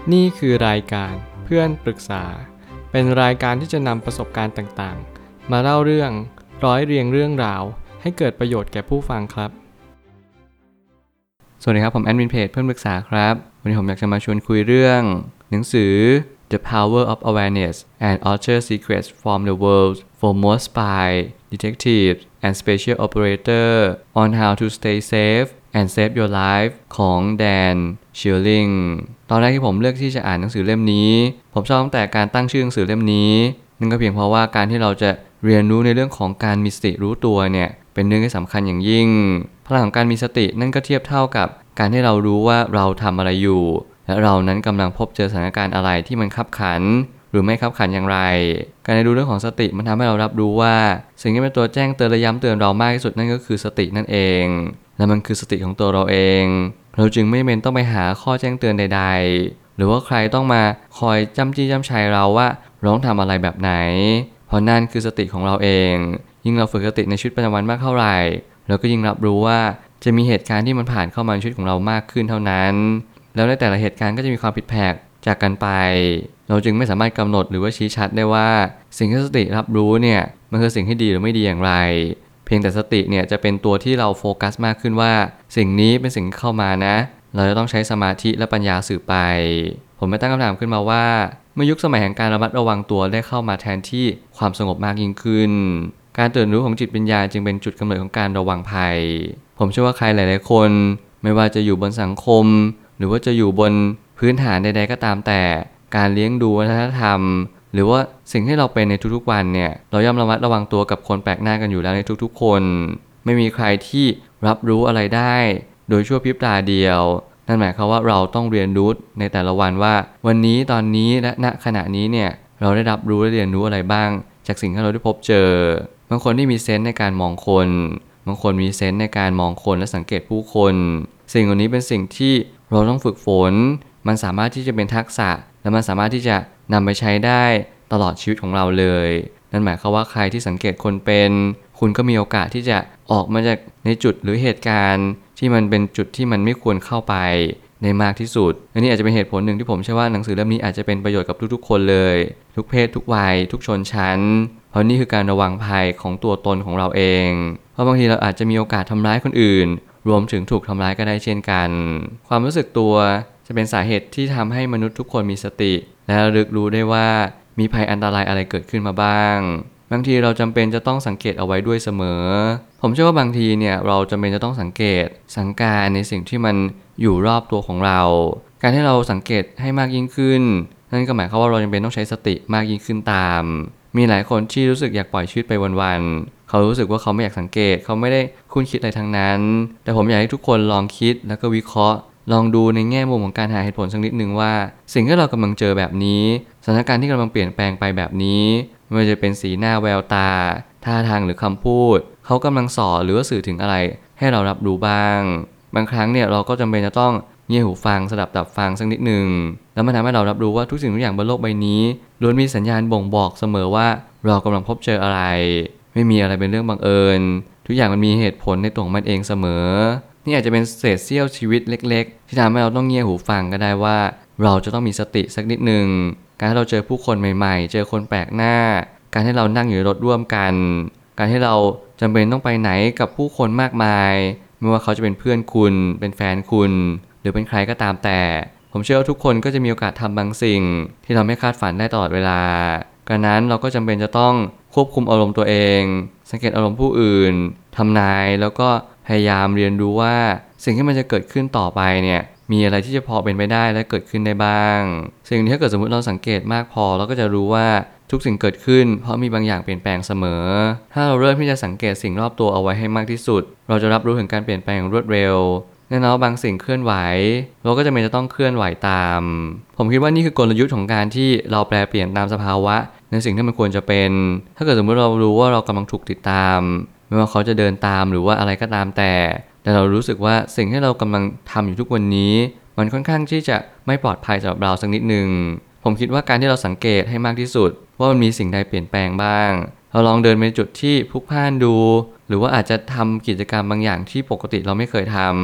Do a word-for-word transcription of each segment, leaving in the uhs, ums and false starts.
นี่คือรายการเพื่อนปรึกษาเป็นรายการที่จะนำประสบการณ์ต่างๆมาเล่าเรื่องร้อยเรียงเรื่องราวให้เกิดประโยชน์แก่ผู้ฟังครับสวัสดีครับผมแอดมินเพจเพื่อนปรึกษาครับวันนี้ผมอยากจะมาชวนคุยเรื่องหนังสือ The Power of Awareness and Ultra Secrets from the World's Foremost Spy Detectives and Special Operators on How to Stay Safe and Save Your Life ของแดนชิลลิงตอนแรกที่ผมเลือกที่จะอ่านหนังสือเล่มนี้ผมชอบตั้งแต่การตั้งชื่อหนังสือเล่มนี้นั่นก็เพียงเพราะว่าการที่เราจะเรียนรู้ในเรื่องของการมีสติรู้ตัวเนี่ยเป็นเรื่องที่สำคัญอย่างยิ่งพลังของการมีสตินั่นก็เทียบเท่ากับการที่เรารู้ว่าเราทำอะไรอยู่และเรานั้นกำลังพบเจอสถานการณ์อะไรที่มันคับขันหรือไม่คับขันอย่างไรการได้รู้เรื่องของสติมันทำให้เรารับรู้ว่าสิ่งที่เป็นตัวแจ้งเตือนและย้ำเตือนเรามากที่สุดนั่นก็คือสตินั่นเองและมันคือสติของตัวเราเองเราจึงไม่จำเป็นต้องไปหาข้อแจ้งเตือนใดๆหรือว่าใครต้องมาคอยจ้ำจี้จ้ำชัยเราว่าเราต้องทำอะไรแบบไหนเพราะนั่นคือสติของเราเองยิ่งเราฝึกสติในชีวิตประจำวันมากเท่าไหร่เราก็ยิ่งรับรู้ว่าจะมีเหตุการณ์ที่มันผ่านเข้ามาในชีวิตของเรามากขึ้นเท่านั้นแล้วในแต่ละเหตุการณ์ก็จะมีความผิดแผกจากกันไปเราจึงไม่สามารถกำหนดหรือว่าชี้ชัดได้ว่าสิ่งที่สติรับรู้เนี่ยมันคือสิ่งที่ดีหรือไม่ดีอย่างไรเพียงแต่สติเนี่ยจะเป็นตัวที่เราโฟกัสมากขึ้นว่าสิ่งนี้เป็นสิ่งที่เข้ามานะเราจะต้องใช้สมาธิและปัญญาสืบไปผมไม่ตั้งคำถามขึ้นมาว่าเมื่อยุคสมัยแห่งการระมัดระวังตัวได้เข้ามาแทนที่ความสงบมากยิ่งขึ้นการตื่นรู้ของจิตวิญญาณจึงเป็นจุดกำเนิดของการระวังภัยผมเชื่อว่าใครหลายๆคนไม่ว่าจะอยู่บนสังคมหรือว่าจะอยู่บนพื้นฐานใดๆก็ตามแต่การเลี้ยงดูวัฒนธรรมหรือว่าสิ่งที่เราเป็นในทุกๆวันเนี่ยเราย่อมระมัดระวังตัวกับคนแปลกหน้ากันอยู่แล้วในทุกๆคนไม่มีใครที่รับรู้อะไรได้โดยชั่วพริบตาเดียวนั่นหมายความว่าเราต้องเรียนรู้ในแต่ละวันว่าวันนี้ตอนนี้และณขณะนี้เนี่ยเราได้รับรู้และเรียนรู้อะไรบ้างจากสิ่งที่เราได้พบเจอบางคนที่มีเซนส์ในการมองคนบางคนมีเซนส์ในการมองคนและสังเกตผู้คนสิ่งเหล่านี้เป็นสิ่งที่เราต้องฝึกฝนมันสามารถที่จะเป็นทักษะและมันสามารถที่จะนำไปใช้ได้ตลอดชีวิตของเราเลยนั่นหมายความว่าใครที่สังเกตคนเป็นคุณก็มีโอกาสที่จะออกมาจากในจุดหรือเหตุการณ์ที่มันเป็นจุดที่มันไม่ควรเข้าไปในมากที่สุดอันนี้อาจจะเป็นเหตุผลหนึ่งที่ผมเชื่อว่าหนังสือเล่มนี้อาจจะเป็นประโยชน์กับทุกๆคนเลยทุกเพศทุกวัยทุกชนชั้นเพราะนี่คือการระวังภัยของตัวตนของเราเองเพราะบางทีเราอาจจะมีโอกาสทำร้ายคนอื่นรวมถึงถูกทำร้ายก็ได้เช่นกันความรู้สึกตัวจะเป็นสาเหตุที่ทำให้มนุษย์ทุกคนมีสติและระลึกรู้ได้ว่ามีภัยอันตรายอะไรเกิดขึ้นมาบ้างบางทีเราจำเป็นจะต้องสังเกตเอาไว้ด้วยเสมอผมเชื่อว่าบางทีเนี่ยเราจำเป็นจะต้องสังเกตสังการในสิ่งที่มันอยู่รอบตัวของเราการที่เราสังเกตให้มากยิ่งขึ้นนั่นก็หมายความว่าเราจำเป็นต้องใช้สติมากยิ่งขึ้นตามมีหลายคนที่รู้สึกอยากปล่อยชีวิตไปวันๆเขารู้สึกว่าเขาไม่อยากสังเกตเขาไม่ได้คุ้นคิดอะไรทั้งนั้นแต่ผมอยากให้ทุกคนลองคิดแล้วก็วิเคราะห์ลองดูในแง่มุมของการหาเหตุผลสักนิดนึงว่าสิ่งที่เรากำลังเจอแบบนี้สถานการณ์ที่กำลังเปลี่ยนแปลงไปแบบนี้ไม่ว่าจะเป็นสีหน้าแววตาท่าทางหรือคำพูดเขากำลังสอนหรือว่าสื่อถึงอะไรให้เรารับรู้บ้างบางครั้งเนี่ยเราก็จำเป็นจะต้องเงี่ยหูฟังสดับตับฟังสักนิดนึงแล้วมันทำให้เรารับรู้ว่าทุกสิ่งทุกอย่างบนโลกใบนี้ล้วนมีสัญญาณบ่งบอกเสมอว่าเรากำลังพบเจออะไรไม่มีอะไรเป็นเรื่องบังเอิญทุกอย่างมันมีเหตุผลในตัวของมันเองเสมอนี่อาจจะเป็นเศษเสี้ยวชีวิตเล็กๆที่ทำให้เราต้องเงี่ยหูฟังก็ได้ว่าเราจะต้องมีสติสักนิดนึงการที่เราเจอผู้คนใหม่ๆเจอคนแปลกหน้าการที่เรานั่งอยู่ในรถร่วมกันการที่เราจำเป็นต้องไปไหนกับผู้คนมากมายไม่ว่าเขาจะเป็นเพื่อนคุณเป็นแฟนคุณหรือเป็นใครก็ตามแต่ผมเชื่อว่าทุกคนก็จะมีโอกาสทำบางสิ่งที่เราไม่คาดฝันได้ตลอดเวลาการนั้นเราก็จำเป็นจะต้องควบคุมอารมณ์ตัวเองสังเกตอารมณ์ผู้อื่นทำนายแล้วก็พยายามเรียนรู้ว่าสิ่งที่มันจะเกิดขึ้นต่อไปเนี่ยมีอะไรที่จะพอเป็นไปได้และเกิดขึ้นได้บ้างสิ่งที่ถ้าเกิดสมมติเราสังเกตมากพอเราก็จะรู้ว่าทุกสิ่งเกิดขึ้นเพราะมีบางอย่างเปลี่ยนแปลงเสมอถ้าเราเริ่มที่จะสังเกตสิ่งรอบตัวเอาไว้ให้มากที่สุดเราจะรับรู้ถึงการเปลี่ยนแปลงอย่างรวดเร็วแน่นอนบางสิ่งเคลื่อนไหวเราก็จะไม่จะต้องเคลื่อนไหวตามผมคิดว่านี่คือกลยุทธ์ของการที่เราแปลเปลี่ยนตามสภาวะในสิ่งที่มันควรจะเป็นถ้าเกิดสมมติเรารู้ว่าเรากำลังถูกติดตามไม่ว่าเขาจะเดินตามหรือว่าอะไรก็ตามแต่แต่เรารู้สึกว่าสิ่งที่เรากำลังทำอยู่ทุกวันนี้มันค่อนข้างที่จะไม่ปลอดภัยสำหรับเราสักนิดนึงผมคิดว่าการที่เราสังเกตให้มากที่สุดว่ามันมีสิ่งใดเปลี่ยนแปลงบ้างเราลองเดินไปจุดที่พลุกพล่านดูหรือว่าอาจจะทำกิจกรรมบางอย่างที่ปกติเราไม่เคยทำ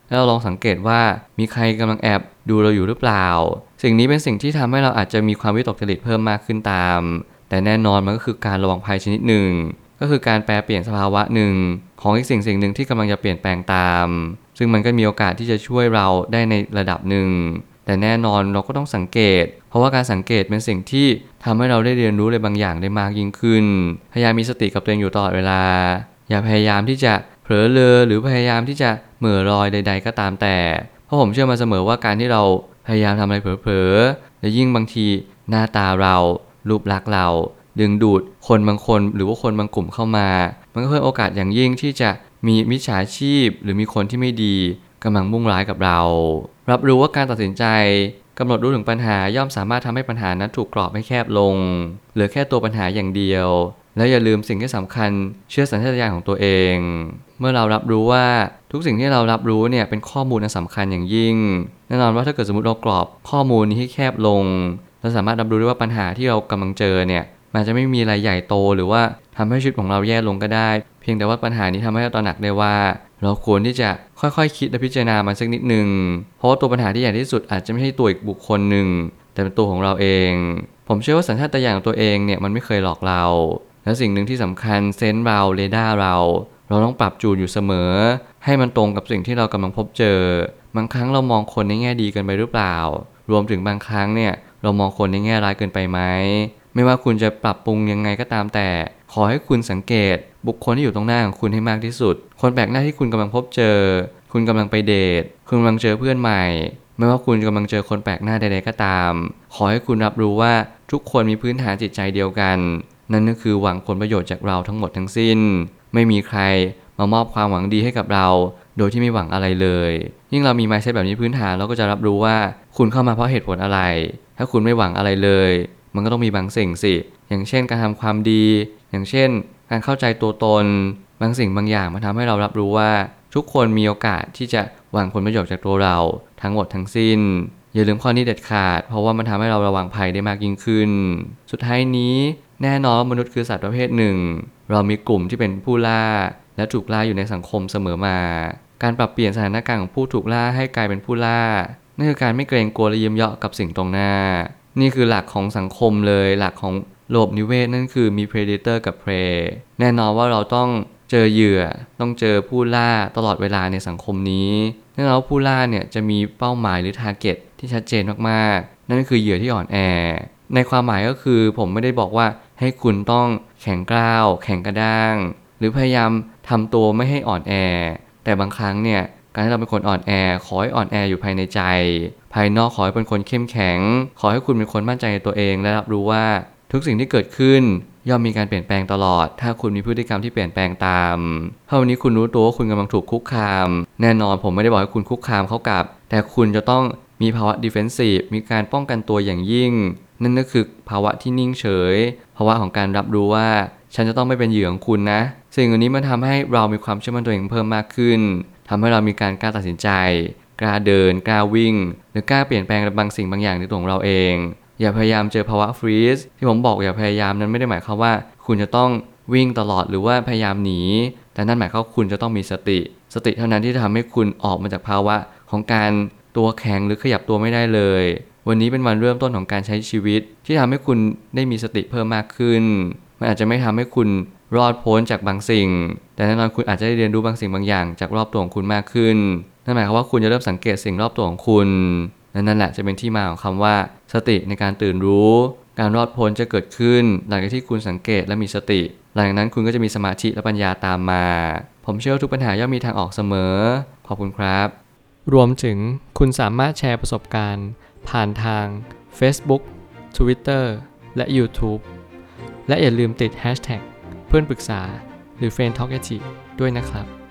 แล้วเราลองสังเกตว่ามีใครกำลังแอบดูเราอยู่หรือเปล่าสิ่งนี้เป็นสิ่งที่ทำให้เราอาจจะมีความวิตกจริตเพิ่มมากขึ้นตามแต่แน่นอนมันก็คือการระวังภัยชนิดหนึ่งก็คือการแปรเปลี่ยนสภาวะหนึ่งของอีกสิ่งสิ่งหนึ่งที่กำลังจะเปลี่ยนแปลงตามซึ่งมันก็มีโอกาสที่จะช่วยเราได้ในระดับหนึ่งแต่แน่นอนเราก็ต้องสังเกตเพราะว่าการสังเกตเป็นสิ่งที่ทำให้เราได้เรียนรู้อะไรบางอย่างได้มากยิ่งขึ้นพยายามมีสติกับตัวเองอยู่ตลอดเวลาอย่าพยายามที่จะเผลอเลอหรือพยายามที่จะเหม่อลอยใดๆก็ตามแต่เพราะผมเชื่อมาเสมอว่าการที่เราพยายามทำอะไรเผลอๆและยิ่งบางทีหน้าตาเรารูปลักษณ์เราดึงดูดคนบางคนหรือว่าคนบางกลุ่มเข้ามามันก็เพิ่มโอกาสอย่างยิ่งที่จะมีมิจฉาชีพหรือมีคนที่ไม่ดีกำลังมุ่งร้ายกับเรารับรู้ว่าการตัดสินใจกำหนดรู้ถึงปัญหาย่อมสามารถทำให้ปัญหานั้นถูกกรอบให้แคบลงเหลือแค่ตัวปัญหาอย่างเดียวแล้วอย่าลืมสิ่งที่สำคัญเชื่อสัญชาตญาณของตัวเองเมื่อเรารับรู้ว่าทุกสิ่งที่เรารับรู้เนี่ยเป็นข้อมูลอันสำคัญอย่างยิ่งแน่นอนว่าถ้าเกิดสมมติเรากรอบข้อมูลนี้ให้แคบลงเราสามารถรับรู้ได้ว่าปัญหาที่เรากำลังเจอเนี่ยมันจะไม่มีอะไรใหญ่โตหรือว่าทำให้ชีวิตของเราแย่ลงก็ได้เพียงแต่ว่าปัญหานี้ทำให้เราตระหนักได้ว่าเราควรที่จะค่อยๆ คิดและพิจารณามันสักนิดนึงเพราะว่าตัวปัญหาที่ใหญ่ที่สุดอาจจะไม่ใช่ตัวอีกบุคคลหนึ่งแต่เป็นตัวของเราเองผมเชื่อว่าสัญชาตญาณของตัวเองเนี่ยมันไม่เคยหลอกเราและสิ่งหนึ่งที่สำคัญเซนส์เราเรดาร์เราเราต้องปรับจูนอยู่เสมอให้มันตรงกับสิ่งที่เรากำลังพบเจอบางครั้งเรามองคนในแง่ดีเกินไปหรือเปล่ารวมถึงบางครั้งเนี่ยเรามองคนในแง่ร้ายเกินไปไหมไม่ว่าคุณจะปรับปรุงยังไงก็ตามแต่ขอให้คุณสังเกตบุคคลที่อยู่ตรงหน้าของคุณให้มากที่สุดคนแปลกหน้าที่คุณกำลังพบเจอคุณกำลังไปเดทคุณกำลังเจอเพื่อนใหม่ไม่ว่าคุณกำลังเจอคนแปลกหน้าใดๆก็ตามขอให้คุณรับรู้ว่าทุกคนมีพื้นฐานจิตใจเดียวกันนั่นก็คือหวังผลประโยชน์จากเราทั้งหมดทั้งสิ้นไม่มีใครมามอบความหวังดีให้กับเราโดยที่ไม่หวังอะไรเลยยิ่งเรามี mindset แบบนี้พื้นฐานเราก็จะรับรู้ว่าคุณเข้ามาเพราะเหตุผลอะไรถ้าคุณไม่หวังอะไรเลยมันก็ต้องมีบางสิ่งสิอย่างเช่นการทำความดีอย่างเช่นการเข้าใจตัวตนบางสิ่งบางอย่างมันทำให้เรารับรู้ว่าทุกคนมีโอกาสที่จะหวังผลประโยชน์จากตัวเราทั้งหมดทั้งสิ้นอย่าลืมข้อนี้เด็ดขาดเพราะว่ามันทำให้เราระวังภัยได้มากยิ่งขึ้นสุดท้ายนี้แน่นอนมนุษย์คือสัตว์ประเภทหนึ่งเรามีกลุ่มที่เป็นผู้ล่าและถูกล่าอยู่ในสังคมเสมอมาการปรับเปลี่ยนสถานการณ์ของผู้ถูกล่าให้กลายเป็นผู้ล่านั่นคือการไม่เกรงกลัวและยิ้มเยาะกับสิ่งตรงหน้านี่คือหลักของสังคมเลยหลักของระบบนิเวศนั่นคือมี predator กับ prey แน่นอนว่าเราต้องเจอเหยื่อต้องเจอผู้ล่าตลอดเวลาในสังคมนี้แน่นอนว่าผู้ล่าเนี่ยจะมีเป้าหมายหรือ target ที่ชัดเจนมากๆนั่นก็คือเหยื่อที่อ่อนแอในความหมายก็คือผมไม่ได้บอกว่าให้คุณต้องแข็งกร้าวแข็งกระด้างหรือพยายามทำตัวไม่ให้อ่อนแอแต่บางครั้งเนี่ยการที่เราเป็นคนอ่อนแอขอให้อ่อนแออยู่ภายในใจภายนอกขอให้เป็นคนเข้มแข็งขอให้คุณเป็นคนมั่นใจในตัวเองและรับรู้ว่าทุกสิ่งที่เกิดขึ้นย่อมมีการเปลี่ยนแปลงตลอดถ้าคุณมีพฤติกรรมที่เปลี่ยนแปลงตามถ้าวันนี้คุณรู้ตัวว่าคุณกำลังถูกคุกคามแน่นอนผมไม่ได้บอกให้คุณคุกคามเขากลับแต่คุณจะต้องมีภาวะ defensive มีการป้องกันตัวอย่างยิ่งนั่นก็คือภาวะที่นิ่งเฉยภาวะของการรับรู้ว่าฉันจะต้องไม่เป็นเหยื่อของคุณนะสิ่งอันนี้มันทำให้เรามีความเชื่อมั่นตัวเองเพิ่มมากขึ้นทำให้เรามีการกล้าตัดสินใจกล้าเดินกล้าวิ่งหรือกล้าเปลี่ยนแปลงบางสิ่งบางอย่างในตัวของเราเองอย่าพยายามเจอภาวะฟรีซที่ผมบอกอย่าพยายามนั้นไม่ได้หมายความว่าคุณจะต้องวิ่งตลอดหรือว่าพยายามหนีแต่นั่นหมายความว่าคุณจะต้องมีสติสติเท่านั้นที่จะทำให้คุณออกมาจากภาวะของการตัวแข็งหรือขยับตัวไม่ได้เลยวันนี้เป็นวันเริ่มต้นของการใช้ชีวิตที่ทำให้คุณได้มีสติเพิ่มมากขึ้นมันอาจจะไม่ทำให้คุณรอดพ้นจากบางสิ่งแต่แน่นอนคุณอาจจะได้เรียนรู้บางสิ่งบางอย่างจากรอบตัวของคุณมากขึ้นนั่นหมายความว่าคุณจะเริ่มสังเกตสิ่งรอบตัวของคุณและนั่นแหละจะเป็นที่มาของคำว่าสติในการตื่นรู้การรอดพ้นจะเกิดขึ้นหลังจากที่คุณสังเกตและมีสติหลังจากนั้นคุณก็จะมีสมาธิและปัญญาตามมาผมเชื่อว่าทุกปัญหาย่อมมีทางออกเสมอขอบคุณครับรวมถึงคุณสามารถแชร์ประสบการณ์ผ่านทาง Facebook Twitter และ YouTube และอย่าลืมติด แฮชแท็ก เพื่อนปรึกษาหรือ เฟรนด์ ทอล์ก ด้วยนะครับ